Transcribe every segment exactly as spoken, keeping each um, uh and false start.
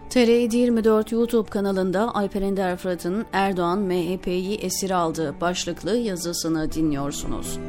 T R yedi yirmi dört YouTube kanalında Alper Ender Fırat'ın Erdoğan M H P'yi esir aldı başlıklı yazısını dinliyorsunuz.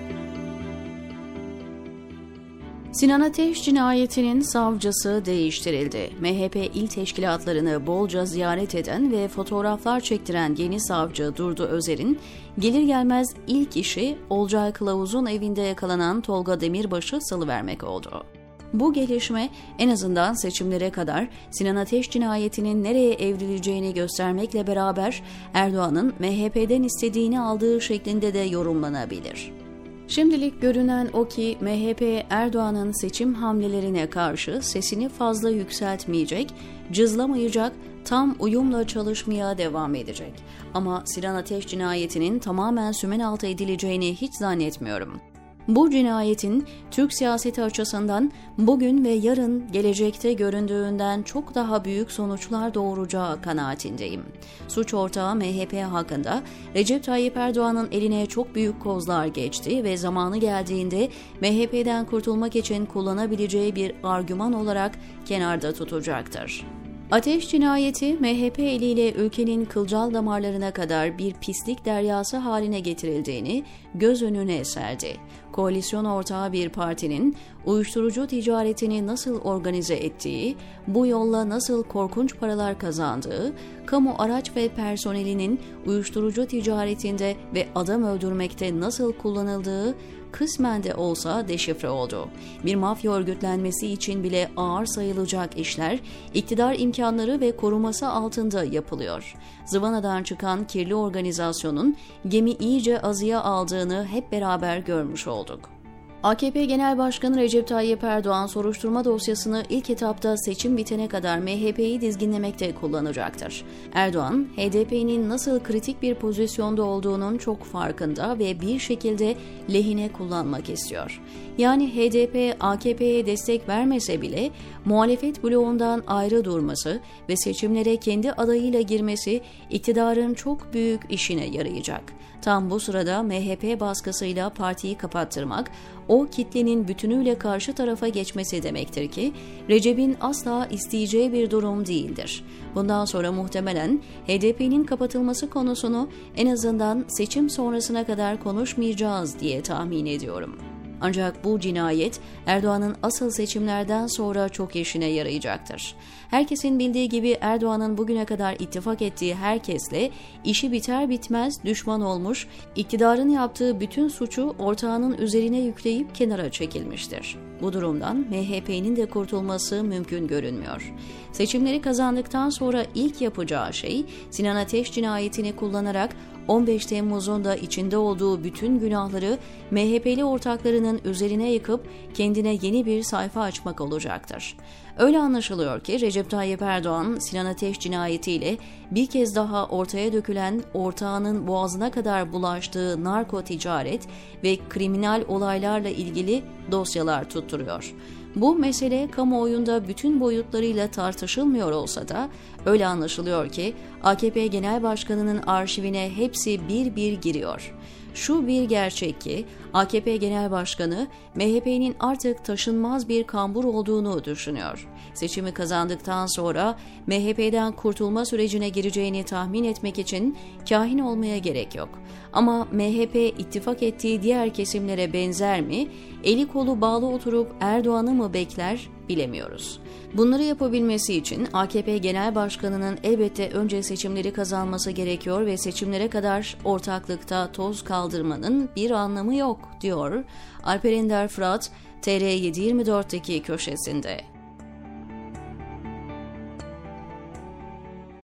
Sinan Ateş cinayetinin savcısı değiştirildi. M H P il teşkilatlarını bolca ziyaret eden ve fotoğraflar çektiren yeni savcı Durdu Özer'in gelir gelmez ilk işi Olcay Kılavuz'un evinde yakalanan Tolga Demirbaş'ı salıvermek oldu. Bu gelişme en azından seçimlere kadar Sinan Ateş cinayetinin nereye evrileceğini göstermekle beraber Erdoğan'ın M H P'den istediğini aldığı şeklinde de yorumlanabilir. Şimdilik görünen o ki M H P Erdoğan'ın seçim hamlelerine karşı sesini fazla yükseltmeyecek, cızlamayacak, tam uyumla çalışmaya devam edecek. Ama Sinan Ateş cinayetinin tamamen sümenaltı edileceğini hiç zannetmiyorum. Bu cinayetin Türk siyaseti açısından bugün ve yarın gelecekte göründüğünden çok daha büyük sonuçlar doğuracağı kanaatindeyim. Suç ortağı M H P hakkında Recep Tayyip Erdoğan'ın eline çok büyük kozlar geçti ve zamanı geldiğinde M H P'den kurtulmak için kullanabileceği bir argüman olarak kenarda tutacaktır. Ateş cinayeti M H P eliyle ülkenin kılcal damarlarına kadar bir pislik deryası haline getirildiğini göz önüne serdi. Koalisyon ortağı bir partinin uyuşturucu ticaretini nasıl organize ettiği, bu yolla nasıl korkunç paralar kazandığı, kamu araç ve personelinin uyuşturucu ticaretinde ve adam öldürmekte nasıl kullanıldığı kısmen de olsa deşifre oldu. Bir mafya örgütlenmesi için bile ağır sayılacak işler iktidar imkanları ve koruması altında yapılıyor. Zıvanadan çıkan kirli organizasyonun gemi iyice azıya aldığını hep beraber görmüş olduk. A K P Genel Başkanı Recep Tayyip Erdoğan soruşturma dosyasını ilk etapta seçim bitene kadar M H P'yi dizginlemekte kullanacaktır. Erdoğan, H D P'nin nasıl kritik bir pozisyonda olduğunun çok farkında ve bir şekilde lehine kullanmak istiyor. Yani H D P, A K P'ye destek vermese bile muhalefet bloğundan ayrı durması ve seçimlere kendi adayıyla girmesi iktidarın çok büyük işine yarayacak. Tam bu sırada M H P baskısıyla partiyi kapattırmak, o kitlenin bütünüyle karşı tarafa geçmesi demektir ki Recep'in asla isteyeceği bir durum değildir. Bundan sonra muhtemelen H D P'nin kapatılması konusunu en azından seçim sonrasına kadar konuşmayacağız diye tahmin ediyorum. Ancak bu cinayet Erdoğan'ın asıl seçimlerden sonra çok işine yarayacaktır. Herkesin bildiği gibi Erdoğan'ın bugüne kadar ittifak ettiği herkesle işi biter bitmez düşman olmuş, iktidarın yaptığı bütün suçu ortağının üzerine yükleyip kenara çekilmiştir. Bu durumdan M H P'nin de kurtulması mümkün görünmüyor. Seçimleri kazandıktan sonra ilk yapacağı şey Sinan Ateş cinayetini kullanarak on beş Temmuz'un da içinde olduğu bütün günahları M H P'li ortaklarının üzerine yıkıp kendine yeni bir sayfa açmak olacaktır. Öyle anlaşılıyor ki Recep Tayyip Erdoğan, Sinan Ateş cinayetiyle bir kez daha ortaya dökülen ortağının boğazına kadar bulaştığı narko ticaret ve kriminal olaylarla ilgili dosyalar tutturuyor. Bu mesele kamuoyunda bütün boyutlarıyla tartışılmıyor olsa da öyle anlaşılıyor ki A K P Genel Başkanı'nın arşivine hepsi bir bir giriyor. Şu bir gerçek ki A K P Genel Başkanı M H P'nin artık taşınmaz bir kambur olduğunu düşünüyor. Seçimi kazandıktan sonra M H P'den kurtulma sürecine gireceğini tahmin etmek için kahin olmaya gerek yok. Ama M H P ittifak ettiği diğer kesimlere benzer mi, eli kolu bağlı oturup Erdoğan'ı mı bekler bilemiyoruz. Bunları yapabilmesi için A K P Genel Başkanı'nın elbette önce seçimleri kazanması gerekiyor ve seçimlere kadar ortaklıkta toz kaldırmanın bir anlamı yok, diyor Alper Ender Fırat T R yedi yirmi dört'teki köşesinde.